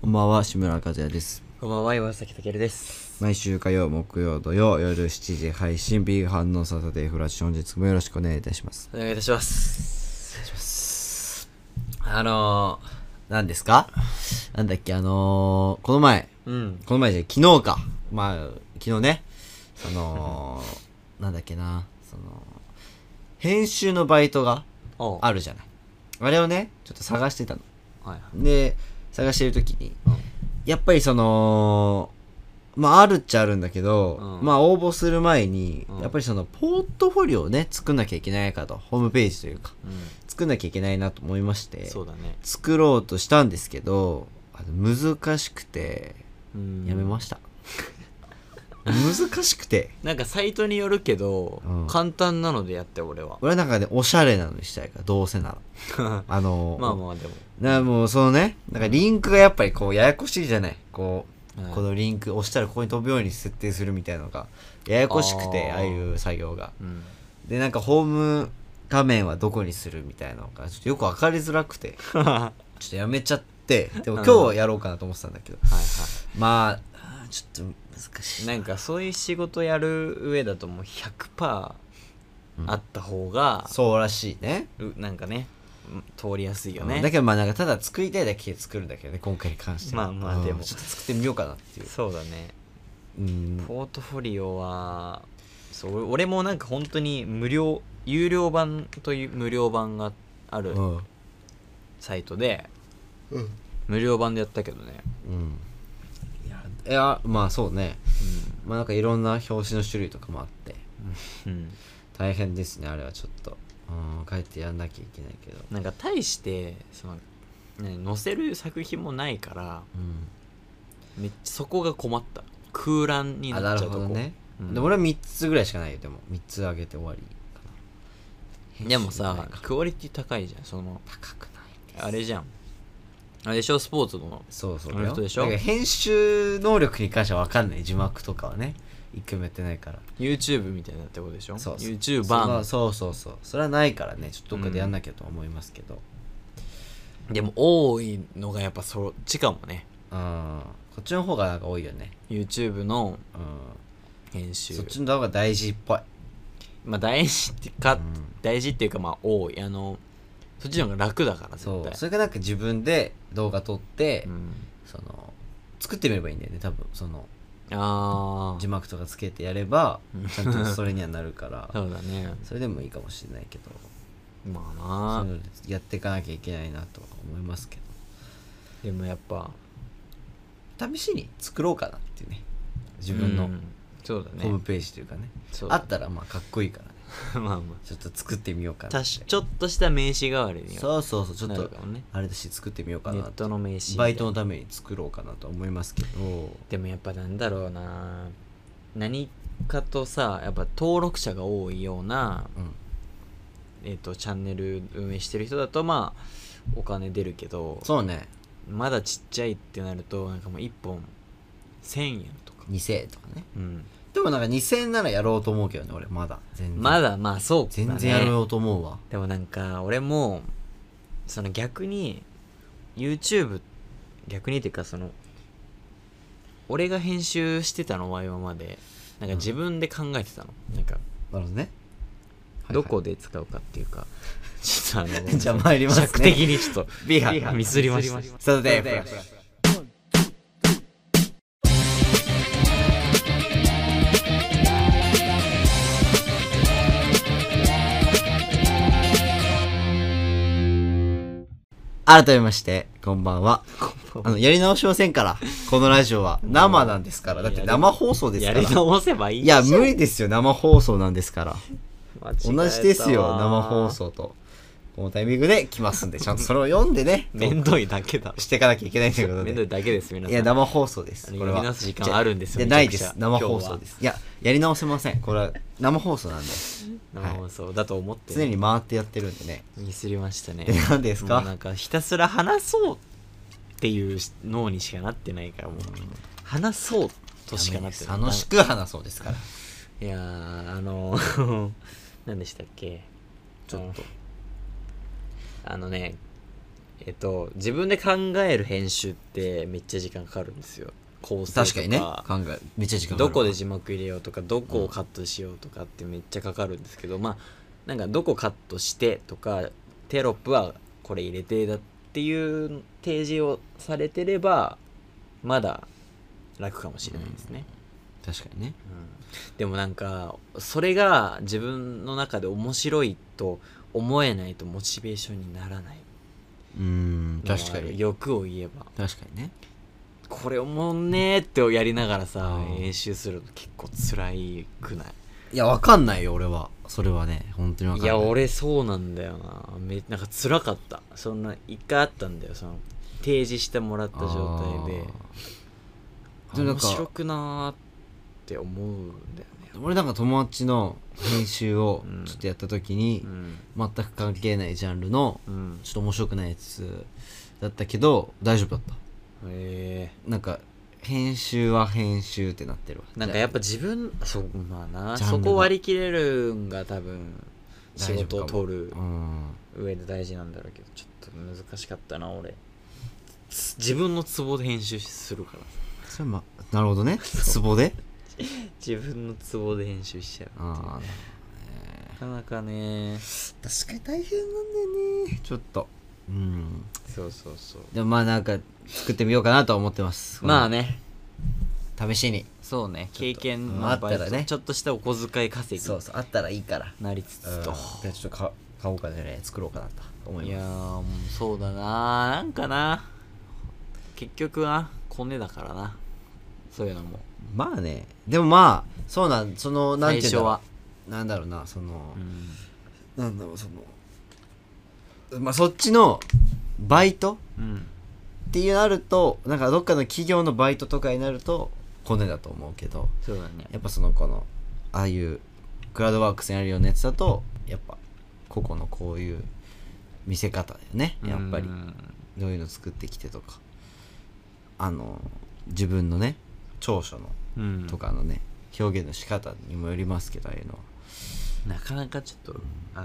こんばんは、志村和也です。 こんばんは、岩崎健です。 毎週火曜、木曜、土曜、夜7時配信、ビー反応サタデーフラッシュ、本日もよろしくお願いいたします。 お願いいたします。 お願いします。何ですか？なんだっけ、この前じゃ昨日か。昨日ね、なんだっけな、編集のバイトがあるじゃない。あれをね、ちょっと探してたの。 はい。 で、探してるときに、やっぱりあるっちゃあるんだけど、応募する前に、やっぱりポートフォリオをね、作んなきゃいけないかと、ホームページというか、作んなきゃいけないなと思いまして、 そうだね。 作ろうとしたんですけど、難しくて、やめました。難しくて。 なんかサイトによるけど、簡単なのでやって俺は。 俺なんかね、おしゃれなのにしたいから、どうせなら。 まあでも。 もうなんかリンクがやっぱりこう、ややこしいじゃない。このリンク押したらここに飛ぶように設定するみたいなのが、ややこしくて、ああいう作業が。で、なんかホーム画面はどこにするみたいなのが、ちょっとよくわかりづらくて、ちょっとやめちゃって、でも今日やろうかなと思ってたんだけど、ちょっと難しい。 なんかそういう仕事やる上だともう 100% あった方が、 そうらしいね。 なんかね、通りやすいよね。 だけどなんかただ作りたいだけ作るんだけどね、今回に関しては。 でもちょっと作ってみようかなっていう。 そうだね。ポートフォリオはそう俺もなんか本当に有料版という無料版があるサイトで、無料版でやったけどね。 いやまあそうね。なんかいろんな表紙の種類とかもあって、大変ですねあれはちょっと。帰ってやんなきゃいけないけど。 なんか大して載せる作品もないから、めっちゃそこが困った。空欄になっちゃうとこ。 なるほどね。でも俺は3つぐらいしかないよ。でも3つあげて終わりかな。 でもさ、クオリティ高いじゃん。 高くないです。 あれじゃん。あれでしょ、スポーツのそうあの人でしょ。 だから編集能力に関しては分かんない。字幕とかはね一回もやってないから。 YouTube みたいなってことでしょ。 そうそう YouTube 版。 そうそれはないからね、ちょっとどっかでやんなきゃと思いますけど、 でも多いのがやっぱそっちかもね。 こっちの方がなんか多いよね。 YouTube の編集、 そっちの方が大事っぽい。 大事っていうか、大事っていうか多い。そっちの方が楽だから絶対。 それがなんか自分で動画撮って、作ってみればいいんだよね多分。字幕とかつけてやればちゃんとそれにはなるからそうだね。 それでもいいかもしれないけど、 そういうのでやっていかなきゃいけないなとは思いますけど。でもやっぱ試しに作ろうかなっていうね、自分のそうだね、 ホームページというかね、あったらかっこいいからねちょっと作ってみようかなって。 ちょっとした名刺代わりにそうちょっとね、 あれだし作ってみようかな。 ネットの名刺バイトのために作ろうかなと思いますけど。 でもやっぱなんだろうな、何かとさ、やっぱ登録者が多いような、チャンネル運営してる人だとお金出るけど、 そうね、 まだちっちゃいってなるとなんかもう1本1000円とか 2000円とかね。でもなんか2000円ならやろうと思うけどね、俺まだ全然。 そうだね、 全然やろうと思うわ。 でもなんか俺も逆に YouTube 逆にっていうか俺が編集してたのは今までなんか自分で考えてたの、なんかなるほどね、 どこで使うかっていうか、ちょっとじゃあ参りますね。 尺的にちょっとビーハミスりました。 スタートでーす。改めましてこんばんは。やり直しませんから。このラジオは生なんですから。だって生放送ですから。 やり直せばいいじゃん。いや無理ですよ、生放送なんですから。同じですよ、生放送と。このタイミングで来ますんで、ちゃんとそれを読んでね、 めんどいだけだしていかなきゃいけないということで。 めんどいだけです皆さん。 いや生放送です。これは読み直す時間あるんですよ。 ないです。生放送です。いややり直せません。これは生放送なんで。 生放送だと思って、 常に回ってやってるんでね。 ミスりましたね。 何ですか？ なんかひたすら話そうっていう脳にしかなってないから、もう話そうとしかなってない。 楽しく話そうですから。 いや何でしたっけ？ ちょっと自分で考える編集ってめっちゃ時間かかるんですよ。構成とか確かにねめっちゃ時間かかる。 どこで字幕入れようとかどこをカットしようとかってめっちゃかかるんですけど、まあなんかどこカットしてとかテロップはこれ入れてだっていう提示をされてればまだ楽かもしれないですね。 確かにね。 でもなんかそれが自分の中で面白いと思えないとモチベーションにならない。 確かに。 欲を言えば確かにね。 これおもんねーってやりながらさ編集するの結構辛いくない？ いやわかんないよ俺は。それはね本当にわかんない。 いや俺そうなんだよな。なんか辛かった。そんな一回あったんだよ、その提示してもらった状態で面白くなーって思うんだよね。 俺なんか友達の編集をちょっとやった時に、全く関係ないジャンルのちょっと面白くないやつだったけど大丈夫だった。なんか編集は編集ってなってるわ。 なんかやっぱ自分まあなそこ割り切れるんが多分仕事を取る上で大事なんだろうけど、ちょっと難しかったな俺。自分のツボで編集するからそれなるほどね。ツボで自分のツボで編集しちゃうっていう。なかなかね確かに大変なんだよねちょっと。 そうそうそう。 でもまあなんか作ってみようかなとは思ってます。 まあね試しに。 そうね、経験あったらねちょっとしたお小遣い稼ぎそうあったらいいからなりつつと、 じゃあちょっと買おうかね作ろうかなと思います。 いやもうそうだな、なんかな結局なコネだからなそういうのも。 まあねでもまあそうなんそのなんていうんだろう、 最初はなんだろうなその、なんだろうそのまあそっちのバイト、っていうなるとなんかどっかの企業のバイトとかになるとコネだと思うけど、 そうだね、 やっぱそのこのああいうクラウドワークスにあるようなやつだとやっぱ個々のこういう見せ方だよね。やっぱりどういうの作ってきてとか自分のね長所のとかのね、表現の仕方にもよりますけど、ああいうのはなかなかちょっと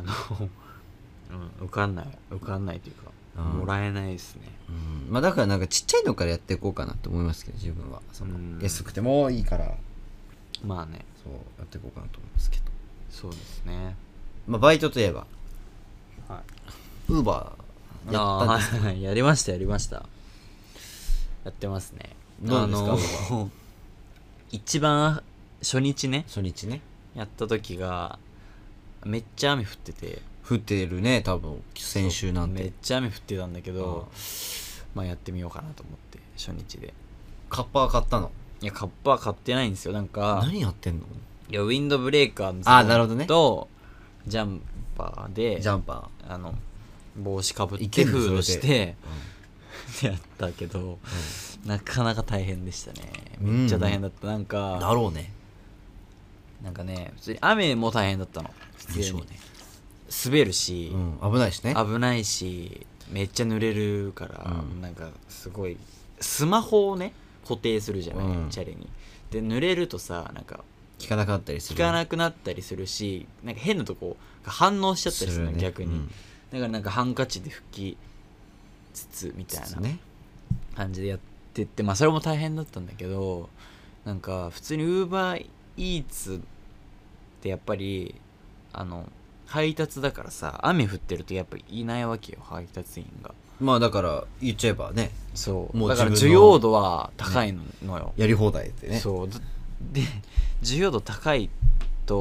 受かんないというか、もらえないですね。 まあだからなんかちっちゃいのからやっていこうかなと思いますけど、自分はその安くてもいいからまあねそうやっていこうかなと思いますけど。 そうですね。 まあバイトといえばウーバーやったんですか？ やりましたやってますね。 どうですか一番初日ねやった時がめっちゃ雨降ってて、 降ってるね多分先週なんてめっちゃ雨降ってたんだけど、まあやってみようかなと思って初日で。 カッパー買ったの？ いやカッパー買ってないんですよ。なんか何やってんの？ いやウィンドブレーカーのなるほどねとジャンパーで帽子かぶってフードしてやったけど、なかなか大変でしたね。めっちゃ大変だった。なんかだろうね。 なんかね普通に雨も大変だったの。普通に滑るし、 危ないしね。 危ないしめっちゃ濡れるから、なんかすごいスマホをね固定するじゃない、チャリに。で濡れるとさなんか効かなくなったりする。 効かなくなったりするし、なんか変なとこが反応しちゃったりするの、逆に。だからなんかハンカチで拭きつつみたいな感じでやってって、まあそれも大変だったんだけど、なんか普通に Uber Eats ってやっぱり配達だからさ、雨降ってるとやっぱりいないわけよ、配達員が。 まあだから言っちゃえばね、 そうもうだから需要度は高いのよ、 やり放題でね。 そうで需要度高いって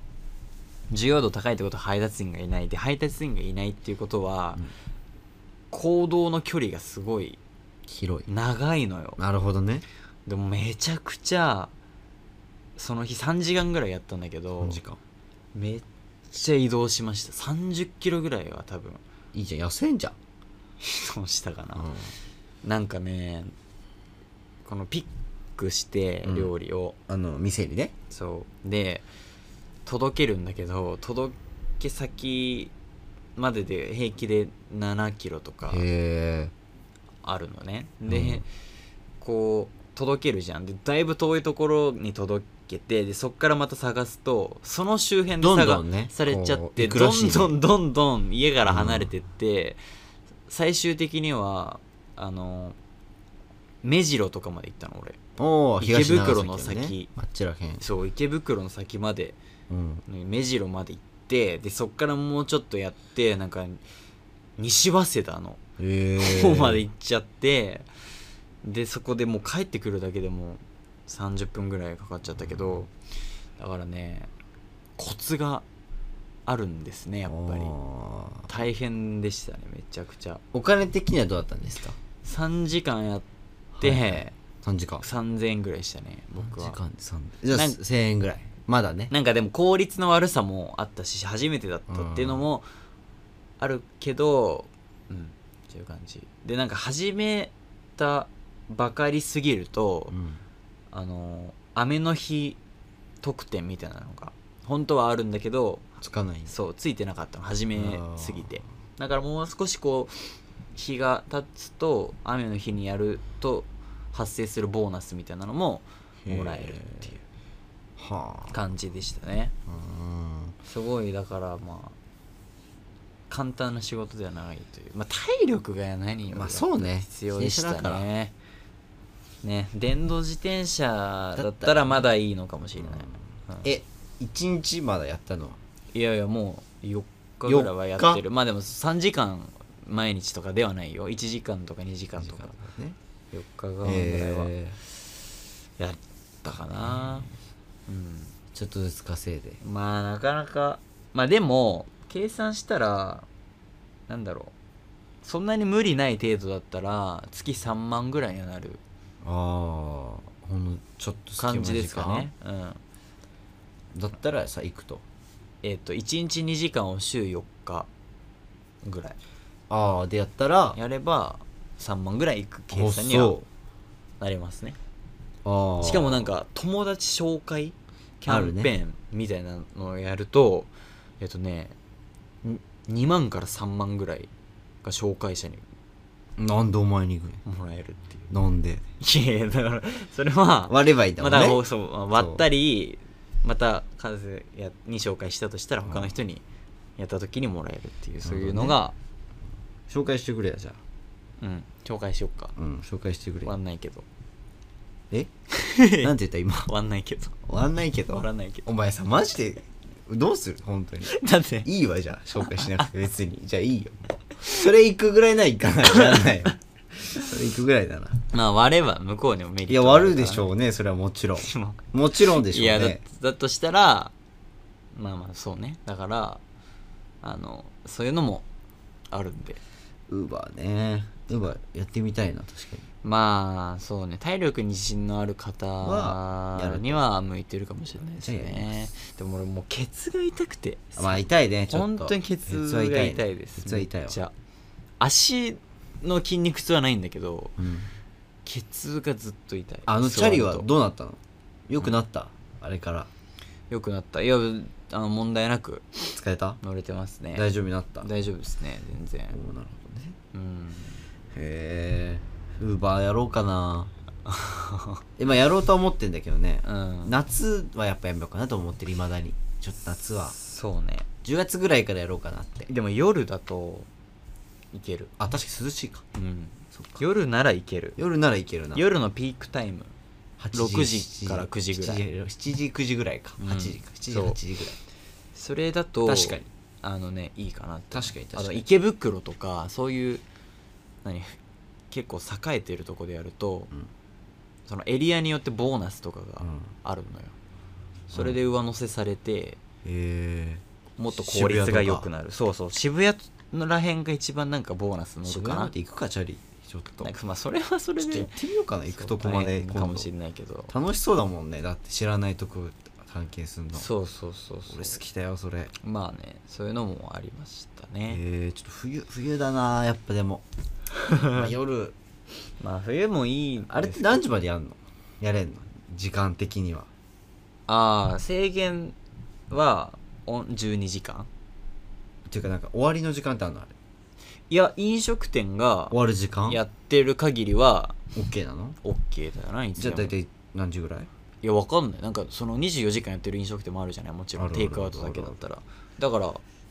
ことは配達員がいないで、配達員がいないっていうことは、行動の距離がすごい広い長いのよ。 なるほどね。 でもめちゃくちゃその日3時間ぐらいやったんだけど、 3時間めっちゃ移動しました。30キロぐらいは多分いいじゃん、痩せんじゃん。 移動したかな、なんかねこのピックして料理を、 店にね、 そうで届けるんだけど、届け先までで平気で7キロとかあるのね。で、こう届けるじゃん。でだいぶ遠いところに届けて、でそっからまた探すとその周辺で探されちゃって、どんどん家から離れてって、 最終的には目白とかまで行ったの俺。 おー、 池袋の東長崎先、 あっちらへん。 そう池袋の先まで、目白まで行って、でそっからもうちょっとやって、なんか西早稲田の方まで行っちゃって、でそこでもう帰ってくるだけでも30分ぐらいかかっちゃったけど、だからねコツがあるんですね、やっぱり。大変でしたね、めちゃくちゃ。 お金的にはどうだったんですか ？3時間やって、 3時間 3000円ぐらいしたね、僕は。 3時間で3000じゃあ1000円ぐらい。まだね。 なんかでも効率の悪さもあったし、初めてだったっていうのもあるけど、そういう感じで、なんか始めたばかりすぎると、雨の日特典みたいなのが本当はあるんだけど、 つかない。 そうついてなかったの、始めすぎて。だからもう少しこう日が経つと、雨の日にやると発生するボーナスみたいなのももらえるっていう感じでしたね。すごい、だからまあ簡単な仕事ではないという、まあ体力が何よりそうね、 必要でしたね。ね、電動自転車だったらまだいいのかもしれない。 1日まだやったの？ いやいや、もう4日ぐらいはやってる。まあでも3時間毎日とかではないよ。1時間とか2時間とか、4日間ぐらいはやったかな。 ちょっとずつ稼いで。 まあなかなか、まあでも計算したらなんだろう、そんなに無理ない程度だったら月3万ぐらいにはなるほんのちょっと感じですかね。 だったらさ、行くと 1日2時間を週4日ぐらいでやったらやれば3万ぐらいいく計算にはなりますね。しかもなんか友達紹介キャンペーンみたいなのをやると、2万から3万ぐらいが紹介者になんでお前に行くもらえるっていう。 なんで？ いやいや、だからそれは割ればいいんだもんね。 また割ったり、また数に紹介したとしたら他の人にやった時にもらえるっていう、そういうのが、 紹介してくれや。じゃあ紹介しよっか。 紹介してくれ。 終わんないけど。 なんて言った今？ 終わんないけど。 終わんないけど。 終わらないけど。 お前さ、マジでどうする本当に。 だっていいわ、じゃあ紹介しなくて別に。じゃあいいよ。それ行くぐらいないかな。じゃないよ。それ行くぐらいだな。 まあ割れば向こうにもメリット。 いや、割るでしょうね、それはもちろん。もちろんでしょうね。 いや、だとしたら、まあまあそうね。だからそういうのもあるんで。 ウーバーね。ウーバーやってみたいな、確かに。 まあそうね、体力に自信のある方には向いてるかもしれないですね。でも俺もうケツが痛くて。 まあ痛いね、ちょっと。 本当にケツが痛いです。 ケツは痛いわ。 じゃあ足の筋肉痛はないんだけど、ケツがずっと痛い。 チャリはどうなったの？よくなった？あれからよくなった。いや、問題なく使えた？ 乗れてますね。 大丈夫になった？ 大丈夫ですね、全然。 なるほどね。へえ、ウーバーやろうかな。今やろうとは思ってんだけどね。夏はやっぱやめようかなと思ってる、未だに。ちょっと夏はそうね、 10月ぐらいからやろうかなって。 でも夜だといける。 確かに涼しいか。 そっか、夜ならいける。 夜ならいけるな。 夜のピークタイム6時から9時ぐらい、 7時9時ぐらいか、8時か、7時8時ぐらい。 それだと確かにいいかなって。 確かに確かに。 池袋とかそういう結構栄えてるとこでやると、そのエリアによってボーナスとかがあるのよ。それで上乗せされて、もっと効率が良くなる。そうそう、渋谷のらへんが一番なんかボーナス乗るかな。 渋谷まで行くか、チャリ。ちょっとまあそれはそれでちょっと行ってみようかな、行くとこまで。 かもしれないけど楽しそうだもんね。だって知らないとこ関係するの。 そう俺好きだよ、それ。 まあね、そういうのもありましたね。 ちょっと冬だな、やっぱ。でも夜、 まあ冬もいい。 あれって何時までやんの？やれんの？時間的には。 制限は12時間っていうか、なんか終わりの時間ってあるの？あれ。 いや、飲食店が終わる時間やってる限りは OK なの？ OK だよな。 じゃあ大体何時ぐらい？ いや、わかんない。なんかその24時間やってる飲食店もあるじゃない。もちろんテイクアウトだけだったら。だから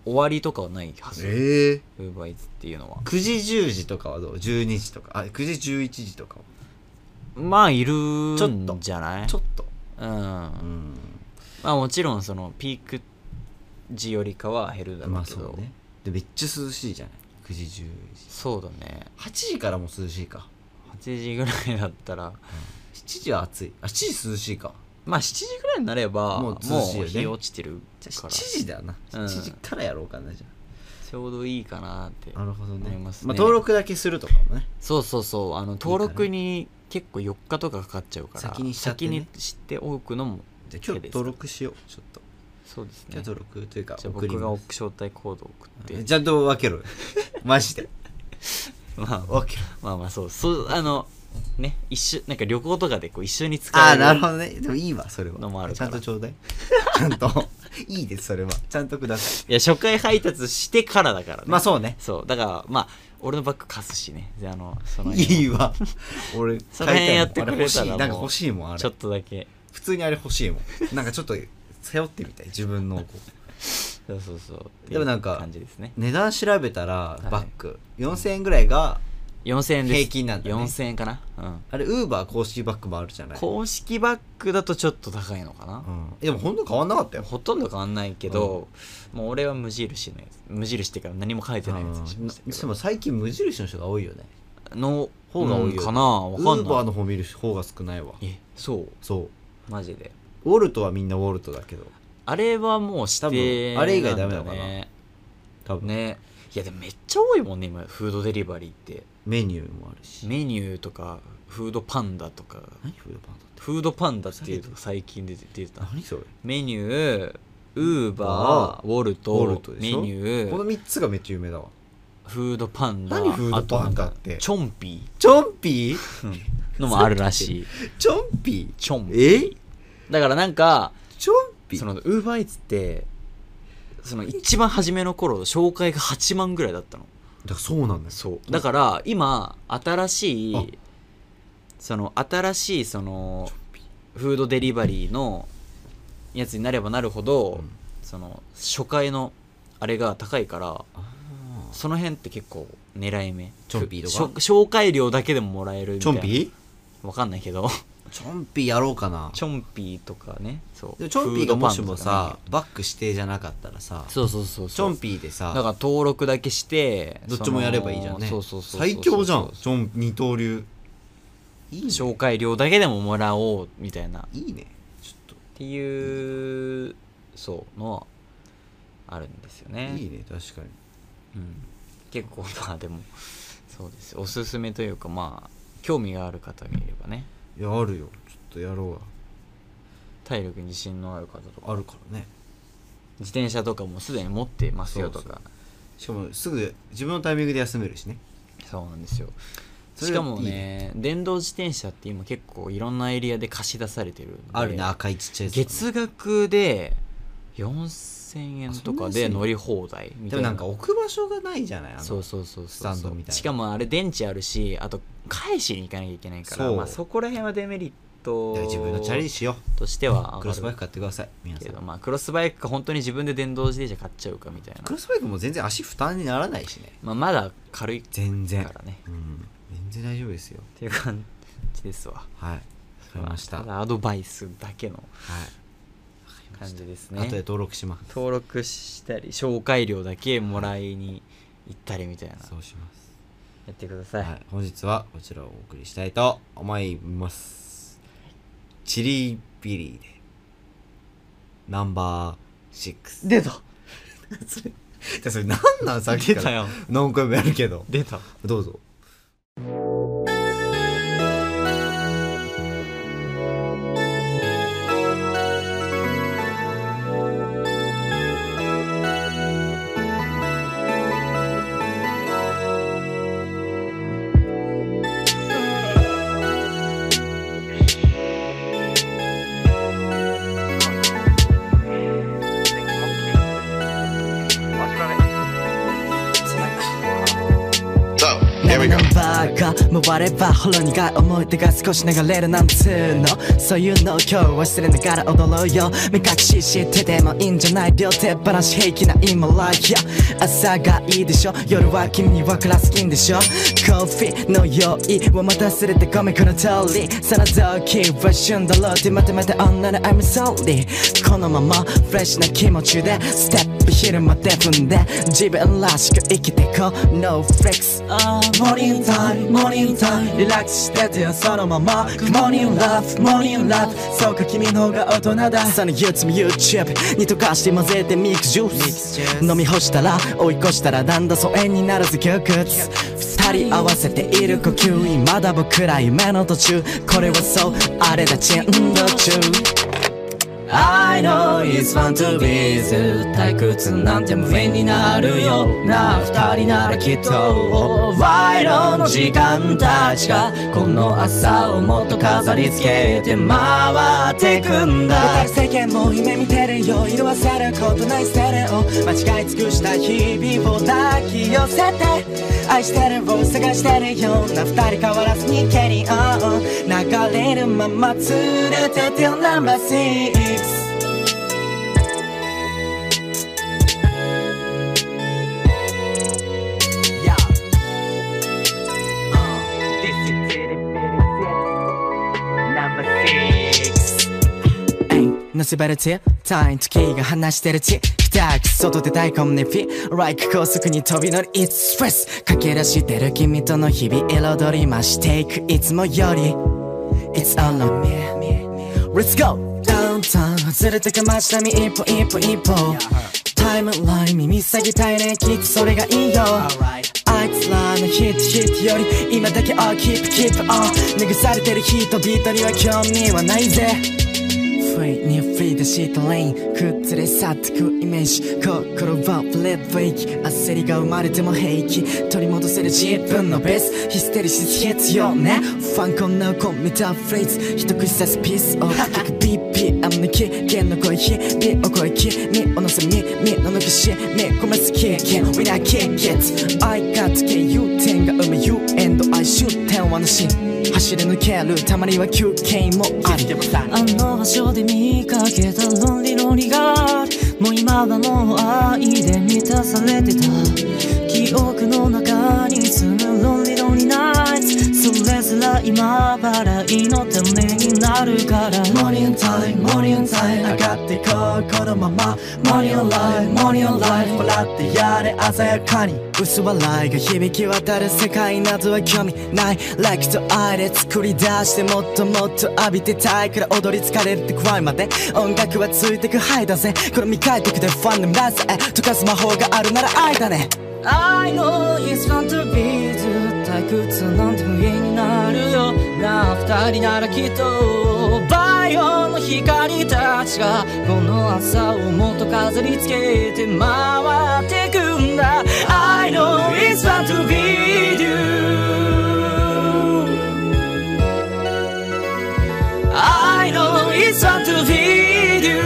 終わりとかはないはず。 えウーバーイーツっていうのは 9時10時とかはどう？ 12 時とか、あ、9時11時とかはまあいるんじゃない？ ちょっとうん、まあもちろんそのピーク時よりかは減るだろうけど、 そうね。でめっちゃ涼しいじゃない9時10時。 そうだね。 8時からも涼しいか。 8時ぐらいだったら、 7時は暑い。あ、7時涼しいか。 まあ7時ぐらいになればもう涼しいよね。 日落ちてるから 7時だよな。7時からやろうかな、じゃあちょうどいいかなってなるほどね。 思いますね。 まあ、登録だけするとかもね。 そうそうそう、登録に結構4日とかかかっちゃうから、 先にしちゃってね、 先に知っておくのもじゃあ今日登録しよう。ちょっとそうですね。 今日登録というかじゃあ僕が招待コードを送ってちゃんと分けろよマジでまあ分けろ。 まあそうね、なんか旅行とかでこう一緒に使ああ、 えるなるほどね。でもいいわ、それは。 のもあるからちゃんとちょうだい。ちゃんと。いいです、それは。ちゃんとください。 いや初回配達してからだからね。 まあそうね。 そうだからまあ俺のバッグ貸すしね。でそのいいわ。俺、 その辺やってくれたらもうなんか欲しいもん、あれ。 ちょっとだけ。 普通にあれ欲しいもん。なんかちょっと背負ってみたい、自分のこう。 そうそうそう。 でもなんか感じですね。 値段調べたらバッグ4000円ぐらいが 4000円です。 平均なんだね。 4000円かな。うん。 あれウーバー公式バッグもあるじゃない。 公式バッグだとちょっと高いのかな。 うん。でもほんと変わんなかったよ。 ほとんど変わんないけど、もう俺は無印のやつ、無印っていうか何も書いてないやつにしましたけど。 でも最近無印の人が多いよね。 の方が多いよね。 かな。わかんない。 ウーバーの方見る方が少ないわ。 そうそうマジで。 ウォルトはみんなウォルトだけど、 あれはもう指定あれ以外ダメなのかな多分ね。いやでもめっちゃ多いもんね今フードデリバリーって。 メニューもあるし。 メニューとかフードパンダとか。 何フードパンダって。 フードパンダっていうと最近出てた。 何それ。 メニュー、ウーバー、ウォルト、メニュー、 この3つがめっちゃ有名だわ。 フードパンダ、 何フードパンダって。 チョンピーチョンピーのもあるらしい。 チョンピーチョンピーだからなんかチョンピーそのウーバーイーツってその一番初めの頃紹介が8万ぐらいだったの。 だからそうなんだよ。 そうだから今新しいそのフードデリバリーのやつになればなるほど、その初回のあれが高いからその辺って結構狙い目。 チョンピーとか紹介料だけでももらえるみたいな。 チョンピーわかんないけどチョンピーやろうかな。 チョンピーとかね。そうでもチョンピーがもしもさバッグ指定じゃなかったらさ、 そうチョンピーでさ、 だから登録だけしてどっちもやればいいじゃんね。 そう最強じゃん。チョン二刀流いいね。 紹介料だけでももらおうみたいな。 いいね。ちょっとっていうそうのはあるんですよね。 いいね、確かに。 結構まあでもそうですおすすめというかまあ興味がある方がいればね。 いやあるよ。ちょっとやろうわ。 体力に自信のある方とかあるからね。 自転車とかもすでに持ってますよとか。 しかもすぐ自分のタイミングで休めるしね。 そうなんですよ。しかもね電動自転車って今結構いろんなエリアで貸し出されてるんであるね、赤いちっちゃいやつ、 月額で4000円とかで乗り放題みたいな。 でもなんか置く場所がないじゃない。 そうスタンドみたいな。 しかもあれ電池あるしあと返しに行かなきゃいけないから、そこら辺はデメリット自分のチャレンジしようとしてはクロスバイク買ってください皆さん。 けどまあクロスバイクか本当に自分で電動自転車買っちゃうかみたいな。 クロスバイクも全然足負担にならないしね。 まだ軽いからね。 全然全然大丈夫ですよっていう感じですわ。 はい、わかりました。 ただアドバイスだけの感じですね。 後で登録します。 登録したり紹介料だけもらいに行ったりみたいな。 そうします。 やってください。 本日はこちらをお送りしたいと思います。チリビリーでナンバー6。 出たそれ何なんさっきから出たよ。 何回もやるけど。 出た。 どうぞ。 回ればほろ苦い思い出が少し流れるなんつうの、そういうのを今日忘れながら踊ろうよ。目隠ししててもいいんじゃない、両手放し平気な今 like yeah。 朝がいいでしょ、夜は君にはクラス金でしょ。コーヒーの用意を待たせれてごめんこの通り、その時は旬だろうって待て待て女の I'm sorry。 このままフレッシュな気持ちでステップ昼まで踏んで自分らしく生きてこう No flex。 Morning time morning time リラックスしててよそのまま Good morning love morning love。 そうか君の方が大人だ。その憂鬱も YouTube に溶かして混ぜてミックスジュース飲み干したら追い越したらだんだん疎遠になるぜ窮屈。二人合わせている呼吸今だ僕ら夢の途中、これはそうあれだ珍道中。I know it's fun to be with 退屈なんて無縁になるよな二人ならきっとワイドの時間たちがこの朝をもっと飾り付けて回ってくんだ。世間も夢見てるよ、色あせることないステレオ間違い尽くした日々を抱き寄せて愛してるを探してるような二人変わらずにキャリーオン流れるまま連れてってよナンバー6。のせばれて単位時が離してるち二口外で大根ねフィ Like 高速に飛び乗り It's stress 駆け出してる君との日々彩り増していくいつもより It's all on me Let's go ダウンタウン外れてか街並み一歩一歩一歩タイムライン耳塞ぎたいねきっとそれがいいよ。あいつらのヒットヒットより今だけ All keep keep on 拭されてる人々には興味はないぜ。フリーにフリーでしたレイン崩れ去ってくイメージ心はフレッド息焦りが生まれても平気取り戻せる自分のベースヒステリシス必要ねファンコンなコンメタフレーズ一口刺すピースオフ聞く BPM の危険の声日々を超え君を乗せ耳の抜きし見込めす経験 We not kick it I got to get you 点が生む You and I shoot 点はなし走り抜けるたまには休憩もありあの場所で見かけたロンリロリがもう今はもう愛で満たされてた記憶の中に住むロンリロリナイツそれすら今払いのためになるからモーニングタイムモーニングタイム上がっていこうこのままモーニングライフモーニングライフ笑ってやれ鮮やかに薄笑いが響き渡る世界などは興味ない Like と愛で作り出してもっともっと浴びてたいから踊り疲れるってくらいまで音楽はついてくハイだぜこれ未開拓でファンで村ぜ溶かす魔法があるなら愛だね I know it's fun to be ずっと退屈なんて無縁になるよな二人ならきっとバイオの光たちがこの朝をもっと飾り付けて回ってくんだ I know it's fun to be you I know it's fun to be you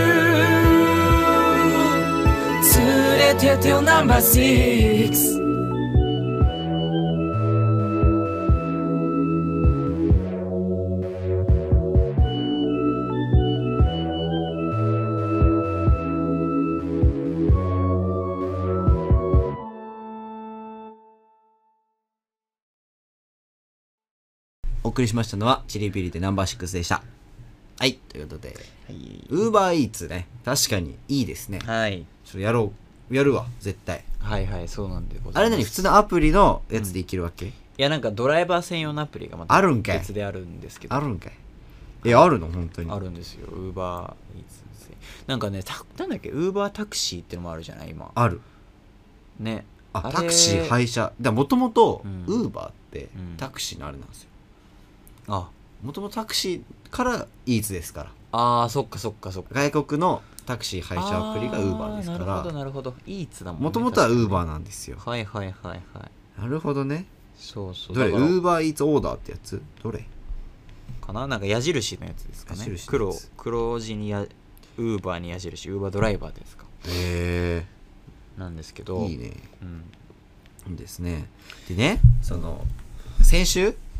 連れてってよナンバー6 お送りしましたのはチリピリでナンバー6でした。はい、ということでウーバーイーツね確かにいいですね。 はいちょっとやるわ絶対。 はいはいそうなんでございます。 あれ何普通のアプリのやつでいけるわけ、いやなんかドライバー専用のアプリがまたあるんかい別であるんですけどあるんかいあるの本当にあるんですよウーバーイーツなんかねなんだっけウーバータクシーってのもあるじゃない今あるねタクシー配車もともとウーバーってタクシーのあれなんですよ。もともとタクシーからイーツですから。そっか外国のタクシー配車アプリがウーバーですから。 なるほどイーツだもんね。 もともとはウーバーなんですよ。 はいなるほどね。 そうどれウーバーイーツオーダーってやつどれかななんか矢印のやつですかね。黒字にウーバーに矢印ウーバードライバーですか。 へえなんですけどいいね。いいですね。でねその先週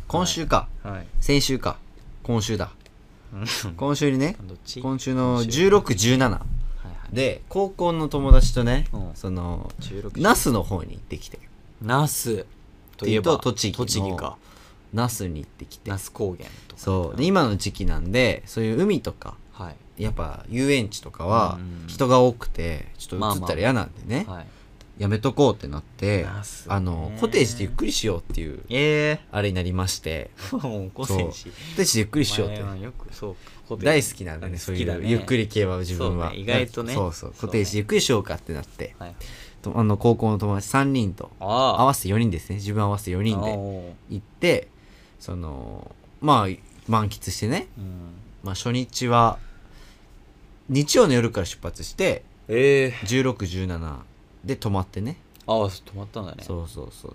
今週か、 はい先週か今週だ今週にねどっち今週の1617 はいはいで高校の友達とね、 うんその 16 那須の方に行ってきて、 那須といえば栃木の栃木か那須に行ってきて、 那須高原とかそうで今の時期なんでそういう海とかはいやっぱ遊園地とかはうん人が多くてちょっと映ったら嫌なんでね、 はいやめとこうってなって、 那須ねコテージでゆっくりしようっていうあれになりましてもうコテージコテージでゆっくりしようってお前はよくそうコテージ大好きなんだねそうい好きだねうゆっくり系は自分はそうね意外とねそうそうそうねコテージでゆっくりしようかってなってはいと高校の友達3人と合あわせて4人ですね自分合わせて4人でで行ってそのまあ満喫してね、 うんまあ、初日は日曜の夜から出発して1617で泊まってねああ止まったんだねそうそうそう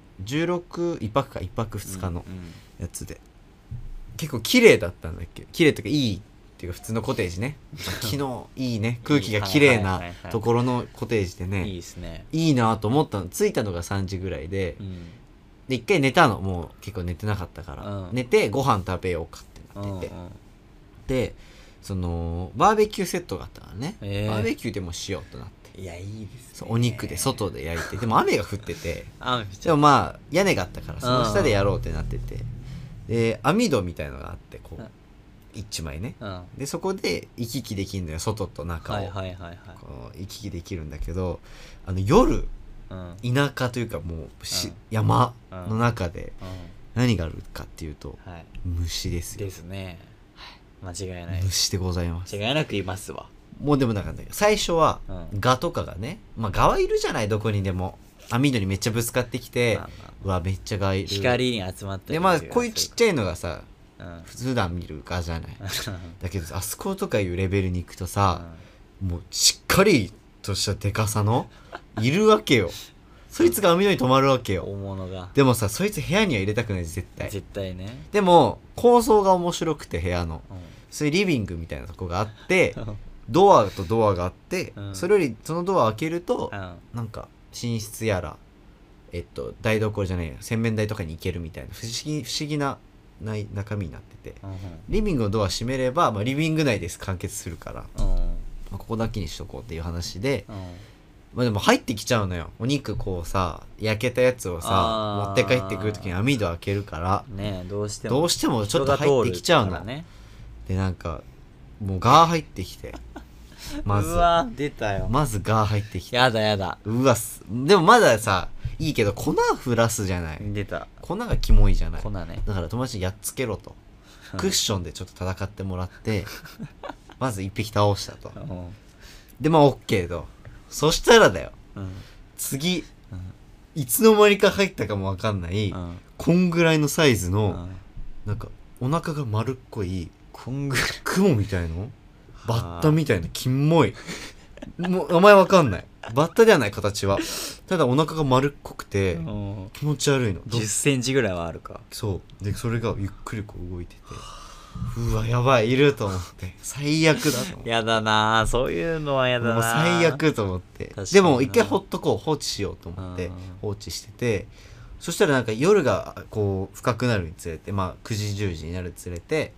16一泊か一泊2日のうんやつで、結構綺麗だったんだっけ綺麗というかいいっていうか普通のコテージね昨日いいね空気が綺麗なところのコテージでねいいですねいいなと思ったの着いたのが3時ぐらいでうんで一回寝たのもう結構寝てなかったから、 うん寝てご飯食べようかってなってて、でそのバーベキューセットがあったからね、バーベキューでもしようとなっていやいいですねそうお肉で外で焼いてでも雨が降っててあでもまあ屋根があったからその下でやろうってなっててで網戸みたいのがあってこう一枚ねうんでそこで行き来できるのよ外と中をはいはいはいはいこう行き来できるんだけど夜うん田舎というかもううん山の中でう何があるかっていうとんはい虫ですよですね間違いない虫でございます違いなくいますわもうでもなんかね最初はうんガとかがねまあガはいるじゃないどこにでも網戸にめっちゃぶつかってきてまあまあうわめっちゃガいる光に集まったりでまあこういうちっちゃいのがさうん普段見るガじゃないだけどあそことかいうレベルに行くとさもうしっかりとしたでかさのいるわけよそいつが網戸に止まるわけよ大物がでもさそいつ部屋には入れたくない絶対絶対ねでも構造が面白くて部屋のうんそういうリビングみたいなとこがあってドアとドアがあって、 うんそれよりそのドア開けると、 うんなんか寝室やら台所じゃないや洗面台とかに行けるみたいな不思議な中身になっててリビングのドア閉めれば、まあ、リビング内です完結するから、まあ、ここだけにしとこうっていう話で、まあ、でも入ってきちゃうのよお肉こうさ焼けたやつをさあー持って帰ってくるときに網戸開けるからねえどうしてもどうしてもちょっと入ってきちゃうの、 人が通るからねでなんかもうガー入ってきてまずうわ出たよガー入ってきてやだやだうわでもまださいいけど粉降らすじゃない出た粉がキモいじゃない粉ねだから友達にやっつけろとクッションでちょっと戦ってもらってまず一匹倒したとでまあ OK とそしたらだようん次いつの間にか入ったかもわかんないうんこんぐらいのサイズうのんなんかお腹が丸っこいこんぐらい雲みたいのバッタみたいなキモいもう名前わかんないバッタではない形はただお腹が丸っこくてうん気持ち悪いの 10センチぐらいはあるかそうでそれがゆっくりこう動いててうわやばいいると思って最悪だと思ってやだなあそういうのはやだなもう最悪と思って確かになでも一回ほっとこう放置しようと思ってうん放置しててそしたらなんか夜がこう深くなるにつれてまあ9時10時になるにつれて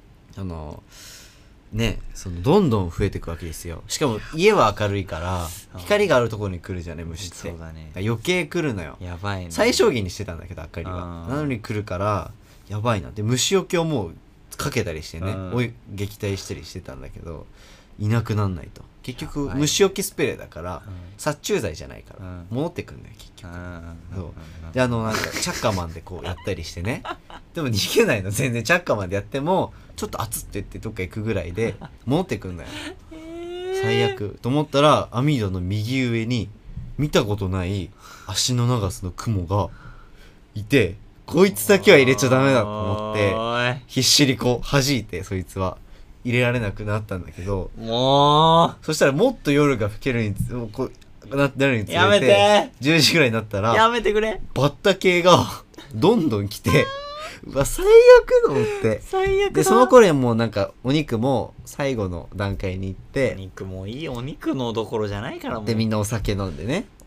そのどんどん増えていくわけですよしかも家は明るいから光があるところに来るじゃね虫ってそうだね余計来るのよやばいね最小限にしてたんだけど明かりはうんなのに来るからやばいなで虫除けをもうかけたりしてねうん撃退したりしてたんだけどいなくなんないと結局やばい虫除けスプレーだからうん殺虫剤じゃないからうん戻ってくんだよ結局うんそうでなんかチャッカマンでこうやったりしてねでも逃げないの全然チャッカマンでやってもちょっと熱って言ってどっか行くぐらいで戻ってくんだよ最悪と思ったら網戸の右上に見たことない足の長さの雲がいてこいつだけは入れちゃダメだと思ってお必死にこう弾いてそいつは入れられなくなったんだけどいもそしたらもっと夜が更けるにつこうなるにつれてやめて 10時ぐらいになったうらやめてくれバッタ系がどんどん来てうわ最悪と思って最悪だでその頃にもうなんかお肉も最後の段階に行っおて肉もいいお肉のどころじゃないからもうでみんなお酒飲んでね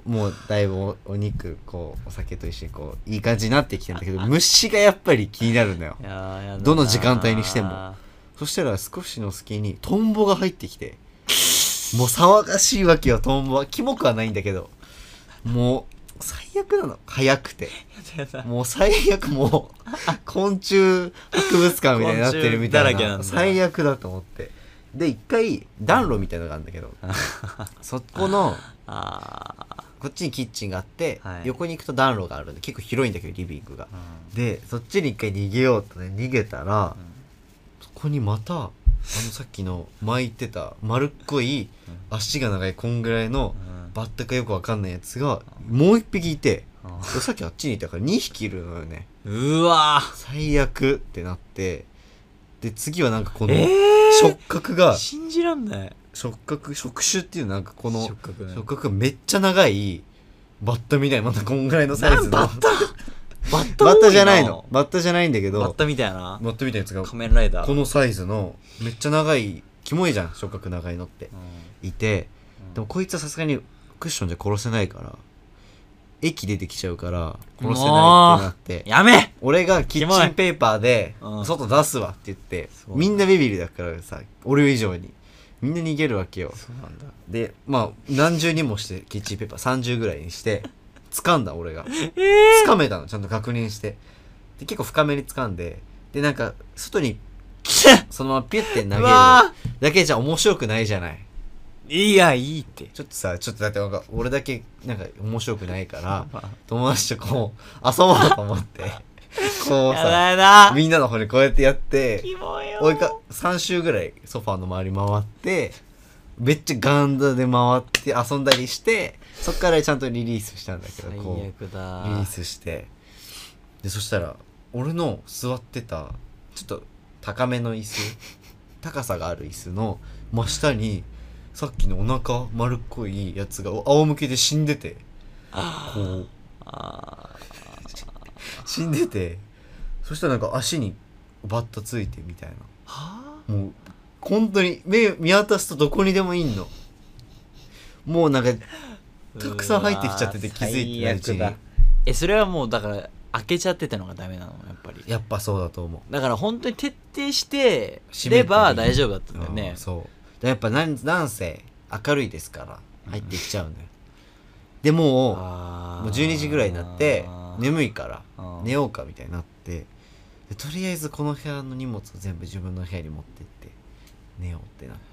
もうだいぶお肉こうお酒と一緒にこういい感じになってきてんだけど虫がやっぱり気になるんだよ。 いやーやだなどの時間帯にしても。そしたら少しの隙にトンボが入ってきて、もう騒がしいわけよ。トンボはキモくはないんだけど、もう最悪なの。早くてもう最悪、もう昆虫博物館みたいになってるみたいな。最悪だと思って、で一回暖炉みたいなのがあるんだけどそこのこっちにキッチンがあって、はい、横に行くと暖炉があるんで結構広いんだけどリビングが、でそっちに一回逃げようとね、逃げたら、そこにまたさっきの巻いてた丸っこい足が長いこんぐらいのバッタかよくわかんないやつがもう一匹いて、さっきあっちにいたから2匹いるのよね。 うわ最悪ってなって、で次はなんかこの触覚が、 信じらんない。 触手っていうなんかこの触覚がめっちゃ長いバッタみたいな、またこんぐらいのサイズのバッタじゃないの。バッタじゃないんだけど、 バッタみたいなやつが仮面ライダーこのサイズのめっちゃ長い、キモいじゃん触覚長いのって、いて、でもこいつはさすがにクッションじゃ殺せないから液出てきちゃうから殺せないってなって、 やめ、 俺がキッチンペーパーで外出すわって言って、みんなビビりだからさ、俺以上にみんな逃げるわけよ。 そうなんだ。 でまあ何重にもしてキッチンペーパー30ぐらいにして掴んだ。俺が掴めたの、ちゃんと確認して。で結構深めに掴んで、でなんか外にそのままピュッて投げるだけじゃ面白くないじゃない。 いやいいって、 ちょっとだってなんか俺だけなんか面白くないから友達とこう遊ぼうと思ってこうさみんなの方にこうやってやって、3周ぐらいソファーの周り回ってめっちゃガンダで回って遊んだりして、そっからちゃんとリリースしたんだけど、こうリリースして、でそしたら俺の座ってたちょっと高めの椅子、高さがある椅子の真下にさっきのお腹丸っこいやつが仰向けで死んでて、こう死んでて、そしたらなんか足にバッタついてみたいな、もう本当に目見渡すとどこにでもいんの。もうなんかたくさん入ってきちゃってて気づいてないうちに。 それはもうだから開けちゃってたのがダメなの、やっぱり。 やっぱそうだと思う。 だから本当に徹底してれば大丈夫だったんだよね。 そうやっぱなんせ明るいですから入ってきちゃうんだよ。でもう12時ぐらいになって眠いから寝ようかみたいになって、でとりあえずこの部屋の荷物を全部自分の部屋に持ってって寝ようってなって、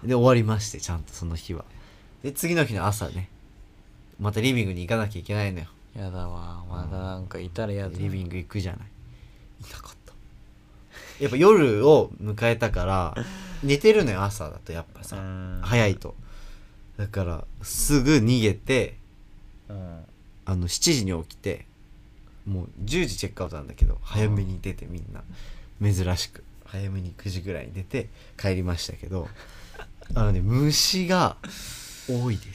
で終わりまして、ちゃんとその日は。で次の日の朝ね、またリビングに行かなきゃいけないのよ。 やだわ、まだなんかいたらやだ。 リビング行くじゃない。いなかった。やっぱ夜を迎えたから寝てるのよ、朝だとやっぱさ早いと。だからすぐ逃げて、7時に起きて、もう10時チェックアウトなんだけど早めに出て、みんな珍しく早めに9時ぐらいに出て帰りましたけど、虫が多いです。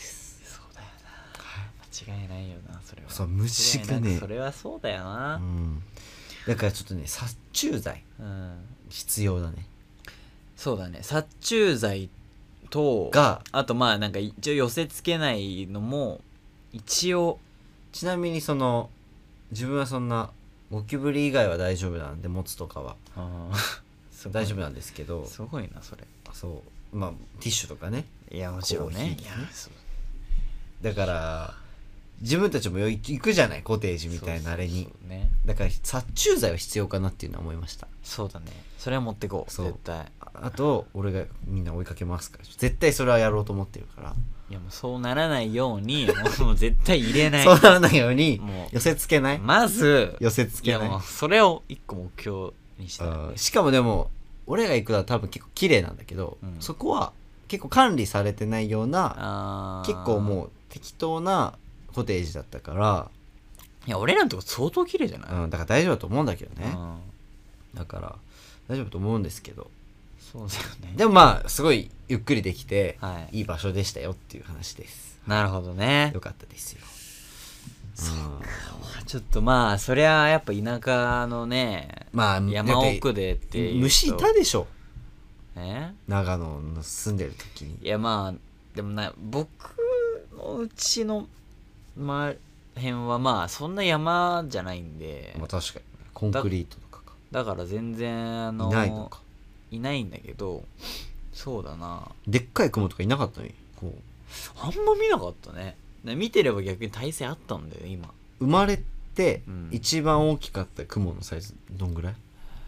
そうだよな、間違いないよな、それは。 そう、虫がね、 それはそうだよな。 だからちょっとね、殺虫剤、必要だね。 そうだね、殺虫剤とあとまあなんか一応寄せ付けないのも一応。 ちなみにその自分はそんなゴキブリ以外は大丈夫なんで、持つとかは大丈夫なんですけど、 すごいなそれ。 そうまあティッシュとかね。 いやもちろんね。いやだから自分たちも行くじゃない、コテージみたいなあれに。だから殺虫剤は必要かなっていうのは思いました。 そうだね、それは持ってこう絶対。 あと俺がみんな追いかけますから、絶対それはやろうと思ってるから。 いやもうそうならないようにもう絶対入れないそうならないように寄せ付けない。 まず寄せ付けない。 いやもうそれを一個目標にした、ね、 しかもでも俺が行くのは多分結構綺麗なんだけど、そこは結構管理されてないような、結構もう適当なコテージだったから。 いや俺らのとこ相当綺麗じゃない、 だから大丈夫だと思うんだけどね、だから大丈夫と思うんですけど。 そうだよね。 でもまあすごいゆっくりできて、いい場所でしたよっていう話です。 なるほどね。 よかったですよ。 ちょっとまあそりゃやっぱ田舎のね、まあ山奥でっていう虫いたでしょ、長野の住んでる時に。 いやまあでも僕のうちの辺はまあそんな山じゃないんで、 まあ確かにコンクリートとかか。 だから全然いないのか。 いないんだけど、そうだな、 でっかい雲とかいなかったのに、こうあんま見なかったね。見てれば逆に体勢あったんだよ今。 生まれてうん一番大きかった雲のサイズどんぐらい？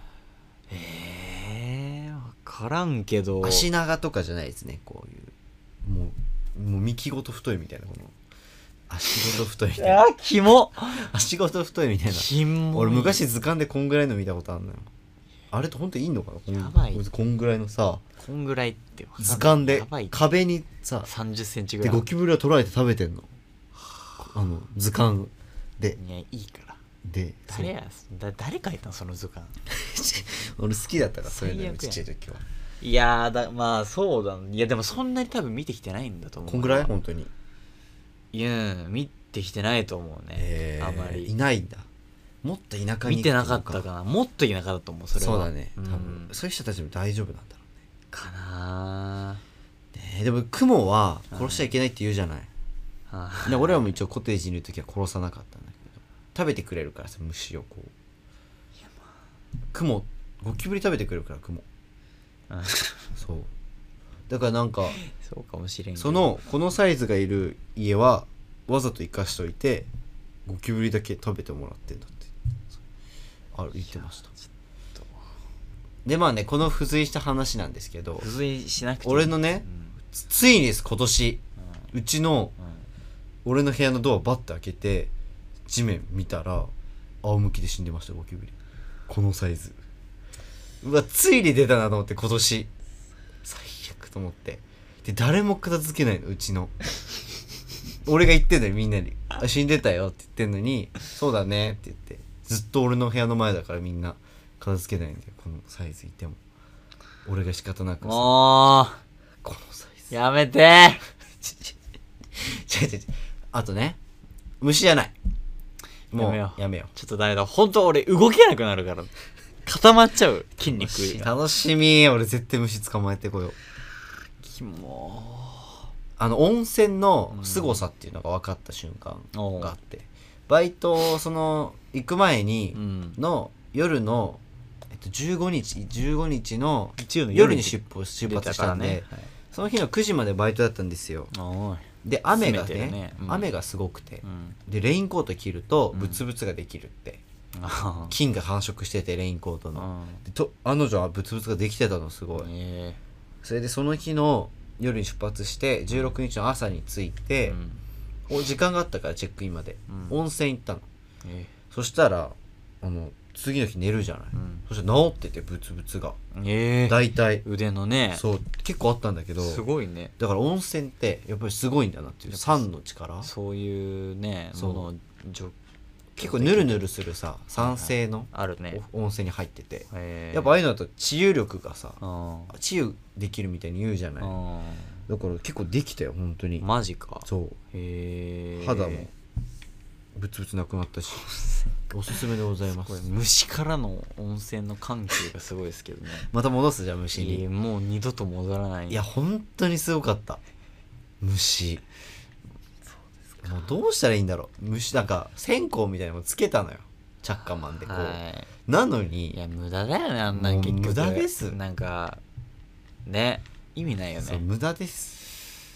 分からんけど、 足長とかじゃないですね、こういうもう幹ごと太いみたいな、この足ごと太いみたいなキモ足ごと太いみたいな。 キモい。 俺昔図鑑でこんぐらいの見たことあるのよ。あれってほんといいのかな、 やばいこんぐらいのさこんぐらいって分かんない図鑑でやばい壁にさ 30センチぐらい。 でゴキブリを捉えて食べてんの、図鑑でいやいいから。 で誰書いたのその図鑑。 俺好きだったからそういうの最悪やんちっちゃい時は。 いやまあそうだ。いやでもそんなに多分見てきてないんだと思う。 こんぐらい本当に。 いや見てきてないと思うね、あまいりないんだ。もっと田舎に見てなかったかな。もっと田舎だと思うそれは。 そうだね、多分、 うんそういう人たちも大丈夫なんだろかなうね。でもクモは殺しちゃいけないって言うじゃない。 あ。 で俺らも一応コテージにいる時は殺さなかったんだけど、食べてくれるからさ、虫をこう。クモゴキブリ食べてくれるから、クモ。 うんそうだからなんかそうかもしれんけど、 そのこのサイズがいる家はわざと生かしといてゴキブリだけ食べてもらってんだって言ってました。でまあね、この付随した話なんですけど、 付随しなくていい。 俺のね、ついにです、今年うちの俺の部屋のドアバッて開けて地面見たら仰向きで死んでました、ゴキブリ。このサイズ。うわ、ついに出たなと思って、今年最悪と思って。で誰も片付けないの、うちの俺が言ってんだよみんなに、死んでたよって言ってんのに、そうだねって言ってずっと俺の部屋の前だからみんな片付けないんだよ、このサイズいても。俺が仕方なくさ、 もこのサイズうやめて違うあとね、虫じゃない、もうやめよう。 ちょっとダメだ、本当俺動けなくなるから固まっちゃう筋肉が。 楽しみ。俺絶対虫捕まえてこよう。 キモ温泉の凄さっていうのが分かった瞬間があって、バイト行く前にの夜の、15日の夜に出発したんで、 ね、 その日の9時までバイトだったんですよ。で雨がね、雨がすごくて、でレインコート着るとブツブツができるって、菌が繁殖しててレインコートの、で女はブツブツができてたの、すごい。それでその日の夜に出発して16日の朝に着いて、時間があったからチェックインまで、温泉行ったの。そしたら次の日寝るじゃない、そしたら治ってて、ブツブツが大体腕のね、 そう結構あったんだけど、 すごいね。 だから温泉ってやっぱりすごいんだなっていう、酸の力、 そういうねものを結構ヌルヌルするさ、酸性のあるね、 温泉に入ってて、やっぱああいうのだと治癒力がさ、治癒できるみたいに言うじゃない。だから結構できたよ本当に。 マジか。 そう肌もブツブツなくなったしおすすめでございます。 虫からの温泉の緩急がすごいですけどねまた戻すじゃん虫に。 もう二度と戻らない。 いや本当にすごかった虫。もうどうしたらいいんだろう。虫なんか線香みたいなのもつけたのよ、チャッカマンでこう、なのに。 いや無駄だよね、あんな結局無駄です。 なんかね、意味ないよね。 そう無駄です、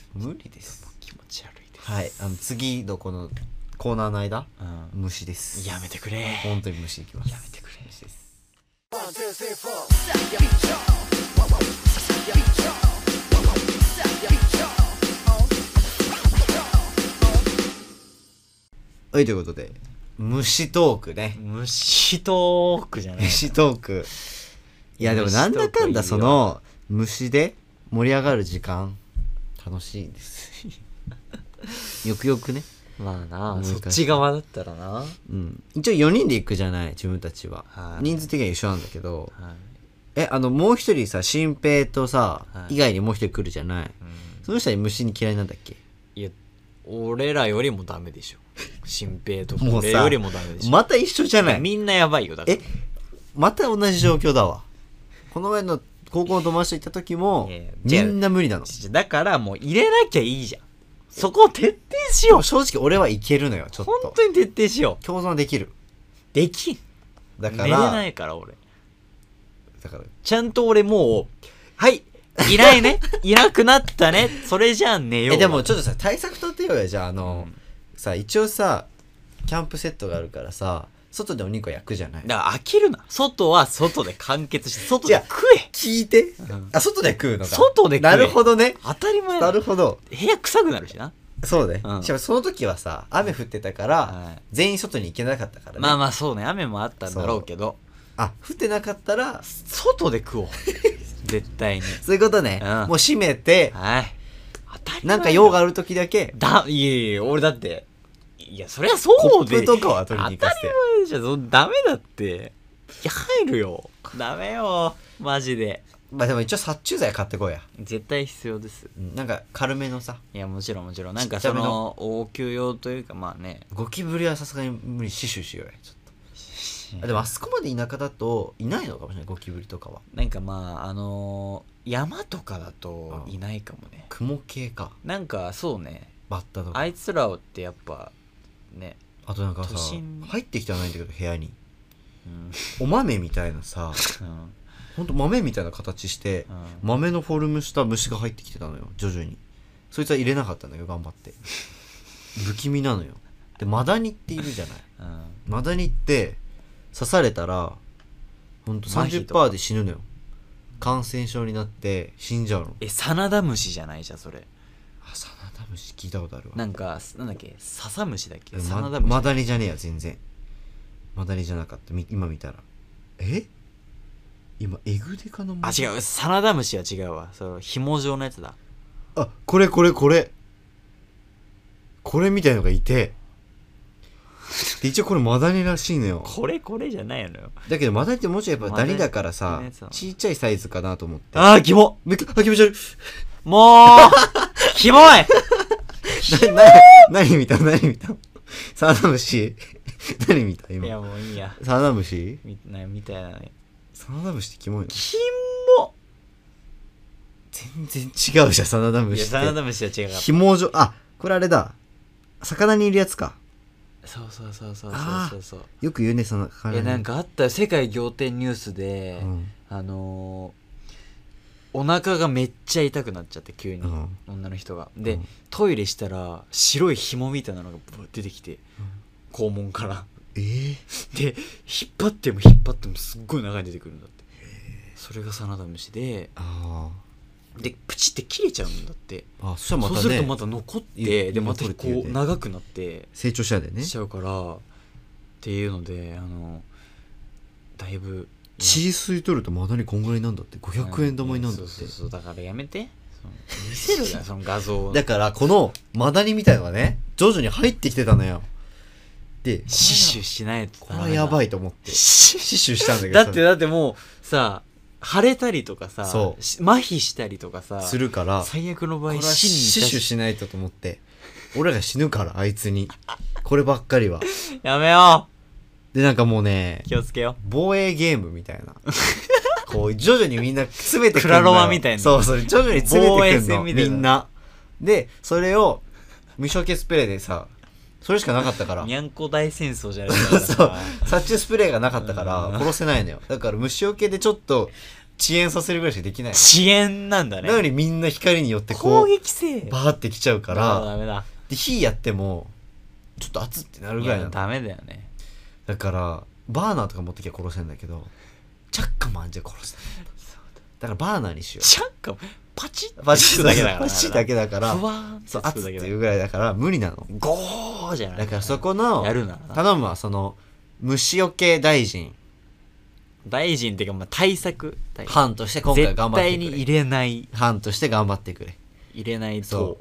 無理です。 気持ち悪いです。 はい、次のこのコーナーの間、虫です。 やめてくれ、 本当に虫いきます。 やめてくれ、 虫です。はい、ということで虫トークね。 虫トークじゃない、 虫トーク。いやでもなんだかんだその虫で盛り上がる時間楽しいんですよくよくね。 まあな、そっち側だったらな。 一応4人で行くじゃない、自分たちは。人数的には一緒なんだけど、もう一人さ、新平とさ、以外にもう一人来るじゃない。その人は虫に嫌いなんだっけ。 いや俺らよりもダメでしょ、新平と俺よりもダメでしょ。 また一緒じゃない。 みんなやばいよ。だからまた同じ状況だわ。この前の高校の友達と行った時もみんな無理なの。 だからもう入れなきゃいいじゃん。 そこを徹底しよう。 正直俺はいけるのよちょっと本当に徹底しよ共存できる。 う。できん。 だから寝れないから俺。 だからちゃんと俺もうはいいないねいなくなったねそれじゃあ寝よう。 でもちょっとさ対策立てようよ。じゃあさ一応さキャンプセットがあるからさ外でお肉は焼くじゃない。 だから飽きるな。外は外で完結して外で食え。 聞いて、 ん外で食うのか。 外で食え。 なるほどね。 当たり前なだ。 るほど。 部屋臭くなるしな。 そうね、 うんしかもその時はさ雨降ってたから、 はい、 全員外に行けなかったからね。 まあまあそうね雨もあったんだろうけど降ってなかったら外で食おう絶対に。 そういうことね、 うんもう閉めて、 はい当たり前なんか用がある時だけいやいや俺だっていやそりゃそうでコップとかは取りに行かせて。 当たり前じゃんダメだって。いや入るよダメよマジで。 まあでも一応殺虫剤買ってこいや、 絶対必要です。 なんか軽めのさ。 いやもちろんもちろんなんかちっちゃめのその応急用というかまあねゴキブリはさすがに無理死守しようやちょっと。でもあそこまで田舎だといないのかもしれないゴキブリとかは。 なんかまあ山とかだといないかもね。 雲系か。 なんかそうねバッタとか。 あいつらってやっぱねあとなんかさ都心入ってきてはないんだけど部屋にうんお豆みたいなさうんほんと豆みたいな形してうん豆のフォルムした虫が入ってきてたのよ徐々に。そいつは入れなかったんだけど頑張って不気味なのよ。でマダニっているじゃない。 うんマダニって刺されたらほんと麻痺とか 30% で死ぬのよ。感染症になって死んじゃうの。 サナダムシじゃないじゃんそれ。 サナダムシ聞いたことあるわ。 なんかなんだっけササムシだっけ。サナマダムシマダニじゃねえや全然。マダニじゃなかった今見たら。今エグデカのあ違うサナダムシは違うわ。その紐状のやつだ。 これみたいのがいてで一応これマダニらしいのよ。 これじゃないのよ。 だけどマダニってもうちょいやっぱダニだからさマダニのやつだちっちゃいサイズかなと思ってキモ気持ち悪いもうキモい何見たサナダムシ何見た今。 いやもういいやサナダムシみたいなね。 サナダムシってキモいの。 キモ全然違うじゃんサナダムシって。 サナダムシは違うかった。 紐状これあれだ魚にいるやつか。 そうよく言うねそのなんかあったよ世界仰天ニュースで、お腹がめっちゃ痛くなっちゃって急に、女の人がで、トイレしたら白い紐みたいなのがブワッ出てきて、肛門からで引っ張ってもすっごい長い出てくるんだって。それがサナダムシででプチって切れちゃうんだって。 そしたらまたねそうするとまた残ってでまたこう長くなって成長しちゃうんだよね。 しちゃうからっていうのでだいぶ血吸い取るとマダニこんぐらいなんだって。500円玉になんだって。 そうだからやめて見せるなその画像だからこのマダニみたいのがね徐々に入ってきてたのよ。で死守しないとこれはやばいと思って死守したんだけどだってもうさ腫れたりとかさ麻痺したりとかさするから最悪の場合これは死守しないと思って俺らが死ぬからあいつにこればっかりはやめよう。でなんかもうね気をつけよ防衛ゲームみたいなこう徐々にみんな詰めてくるのよ。 クラロワみたいなそう徐々に詰めてくるの防衛戦みたいなみんなでそれを無償系スプレーでさそれしかなかったからにゃんこ大戦争じゃないですかそう殺虫スプレーがなかったから殺せないのよ。だから虫除けでちょっと遅延させるぐらいしかできないの。 遅延なんだね。 なのにみんな光によってこ攻う撃性バーってきちゃうからダメだで火やってもちょっと熱ってなるぐらいなの。 ダメだよね。 だからバーナーとか持ってきゃ殺せんだけどチャッカマンじゃ殺せない。だからバーナーにしよう。 チャッカパチッパチッだけだからパチッだけだからふわーんそう熱っていうぐらいだから無理なの。 ゴーじゃないだからそこのやるなら頼むわその虫除け大臣大臣っていうかまあ対策班として今回頑張ってくれ。 絶対に入れない班として頑張ってくれ。 入れないとそう、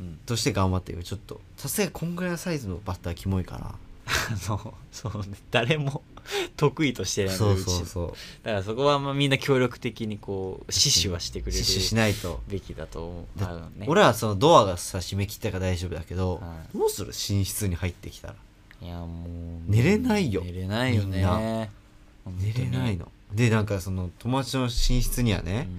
として頑張ってくれ。ちょっとさすがにこんぐらいのサイズのバッターキモいからそうね誰も得意としてないそうだからそこはまあみんな協力的にこう死守はしてくれる死守しないとべきだと思う、ね、 俺はそのドアがさ閉め切ったから大丈夫だけど、 はい、 どうする寝室に入ってきたら。 いやもう寝れないよ。 寝れないよね。 寝れないのでなんかその友達の寝室にはね、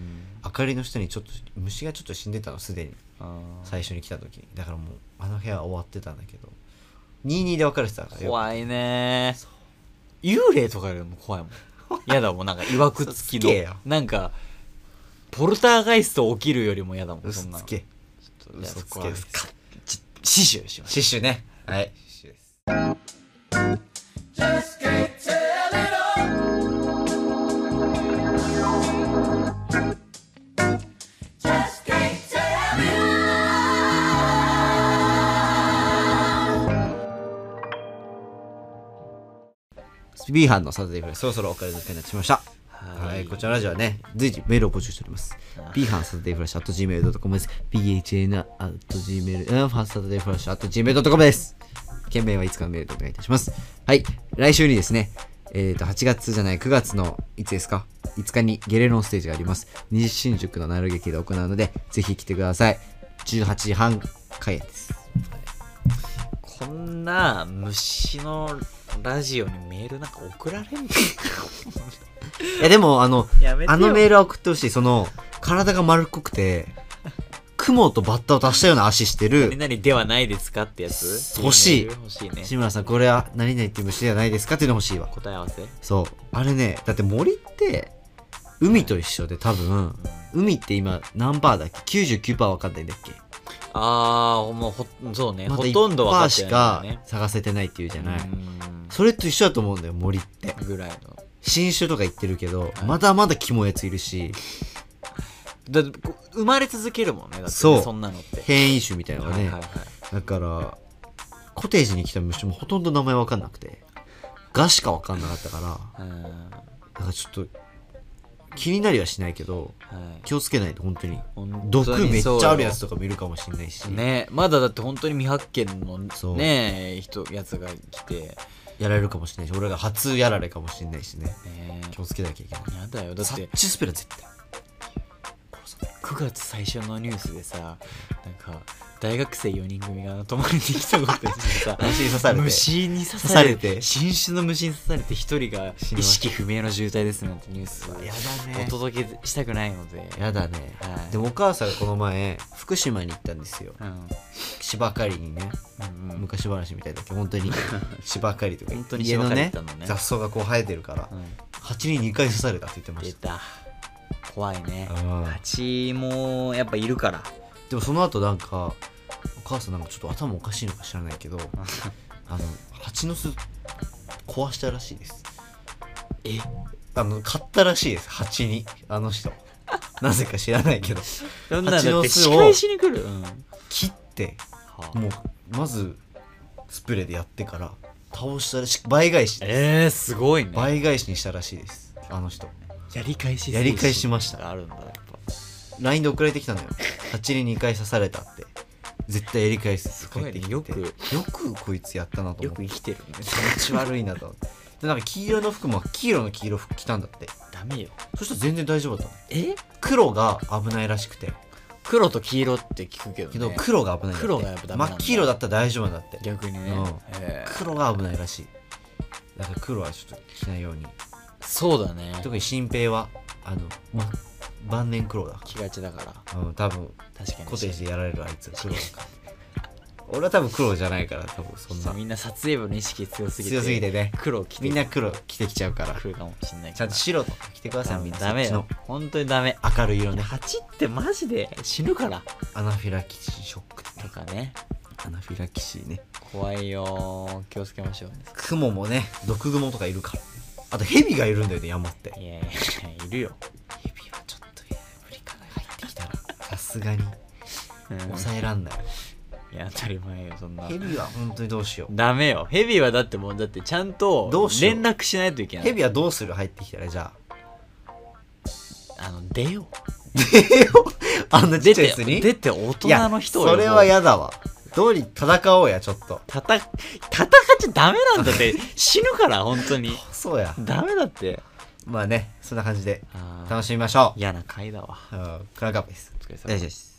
明かりの下にちょっと虫がちょっと死んでたのすでに最初に来た時に。だからもうあの部屋は終わってたんだけど22で別れてたから怖いね。幽霊とかよりも怖いもん。やだもん、なんか曰くつきのなんかポルターガイスト起きるよりもやだもん。 嘘つけ嘘つけ。死守しましょう。 死守ね。はい死守です。B 班のサタデーフライそろそろお別れの時間になってしまいました。はい、こちらのラジオはね、随時メールを募集しております。B 班サタデーフラッシュ @gmail.com です。BHN@gmail ファーサタデーフラッシュ @gmail.com です。件名はいつかのメールでお願いいたします。はい、来週にですね、8月じゃない9月のいつですか5日にゲレロンステージがあります。西新宿のなる劇で行うのでぜひ来てください。18時半開演です。 こんな虫のラジオにメールなんか送られんの？いやでもあのメールは送ってほしい。その体が丸っこくて雲とバッタを足したような足してる何々ではないですかってやつ欲しい。 欲しいね。 志村さんこれは何々っていう虫ではないですかっていうの欲しいわ。 答え合わせ。 そうあれね、だって森って海と一緒で多分海って今何パーだっけ 99% 分かんないんだっけ。 ああもうそうね、 ま、 ほとんど分かってしない、ね、 か探せてないっていうじゃない。それと一緒だと思うんだよ森ってぐらいの。 新種とか言ってるけど、まだまだキモいやついるし、 だって生まれ続けるもんね。だってね、そんなのって変異種みたいなのがね、だからコテージに来た虫もほとんど名前分かんなくてガしか分かんなかったからだからちょっと気になりはしないけど、気をつけないと本当に毒めっちゃあるやつとかもいるかもしれないしね。まだだって本当に未発見のねやつが来てやられるかもしれないし、俺が初やられかもしれないしね。気をつけなきゃいけない。 やだよ。だってサッチスペラ絶対 9月最初のニュースでさ、なんか大学生4人組が泊まりに来たことでさ虫に刺されて新種の虫に刺されて1人が意識不明の重体ですなんてニュースやだね。 お届けしたくないので。 やだね、でもお母さんがこの前福島に行ったんですよ、芝刈りにね、昔話みたいだけど本当に芝刈りとか本当に家のね雑草がこう生えてるから、蜂に2回刺されたって言ってました。 出た。怖いね。蜂もやっぱいるから。 でもその後なんかお母さんなんかちょっと頭おかしいのか知らないけど蜂の巣壊したらしいです。買ったらしいです。蜂に人なぜか知らないけど蜂の巣を切ってもうまずスプレーでやってから倒したらしい。倍返しです。すごいね。 倍返しにしたらしいです。人やり返しました。 あるんだやっぱ。 LINE で送られてきたのよ。蜂に2回刺されたって絶対やり返す。 すごいね。よくこいつやったなと思って。 よく生きてるね。 気持ち悪いなと思ってでなんか黄色の服も黄色服着たんだって。 ダメよ。 そしたら全然大丈夫だったの。黒が危ないらしくて。 黒と黄色って聞くけどね。 黒が危ないんだって。 黒がやっぱダメなんだ。 真っ黄色だったら大丈夫なんだって。 逆にね、 黒が危ないらしい。だから黒はちょっと着ないように。 そうだね。 特に新平は晩年黒だ。 着がちだから。 多分確かにコテージでやられるあいつ黒だから俺は多分黒じゃないから多分そんな。 みんな撮影部の意識強すぎてね。 黒着てみんな黒着てきちゃうから。 来るかもしんないけど。 ちゃんと白とか着てください。みんなダメよ。本当にダメ。 明るい色ね。 蜂ってマジで死ぬから。 アナフィラキシーショックとかね。 アナフィラキシーね。 怖いよ。気をつけましょうね。 クモもね、毒グモとかいるから。あとヘビがいるんだよね、山って。 いやいるよ。 ヘビはちょっと無理かな。入ってきたらさすがに抑えらんない。 いや当たり前よそんな。 ヘビは本当にどうしよう。 ダメよ。ヘビはだってちゃんと連絡しないといけない。 ヘビはどうする？入ってきたら。じゃあ出よあんなちっちゃいやつに出て大人の人を。 それはやだわ。どうに戦おうや。ちょっと戦っちゃダメなんだって死ぬから本当に。 そうや。 ダメだって。 まあね、そんな感じで楽しみましょう。 嫌な回だわ。 クランクアップです。 お疲れ様です。